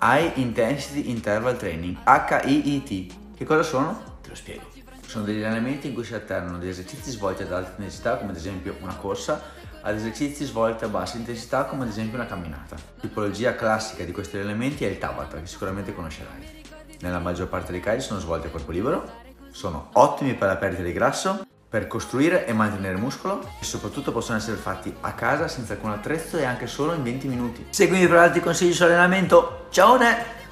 High Intensity Interval Training, HIIT. Che cosa sono? Te lo spiego. Sono degli allenamenti in cui si alternano degli esercizi svolti ad alta intensità, come ad esempio una corsa, ad esercizi svolti a bassa intensità, come ad esempio una camminata. Tipologia classica di questi allenamenti è il Tabata, che sicuramente conoscerai. Nella maggior parte dei casi sono svolti a corpo libero, sono ottimi per la perdita di grasso, per costruire e mantenere muscolo e soprattutto possono essere fatti a casa senza alcun attrezzo e anche solo in 20 minuti. Seguimi per altri consigli sull'allenamento. Ciao!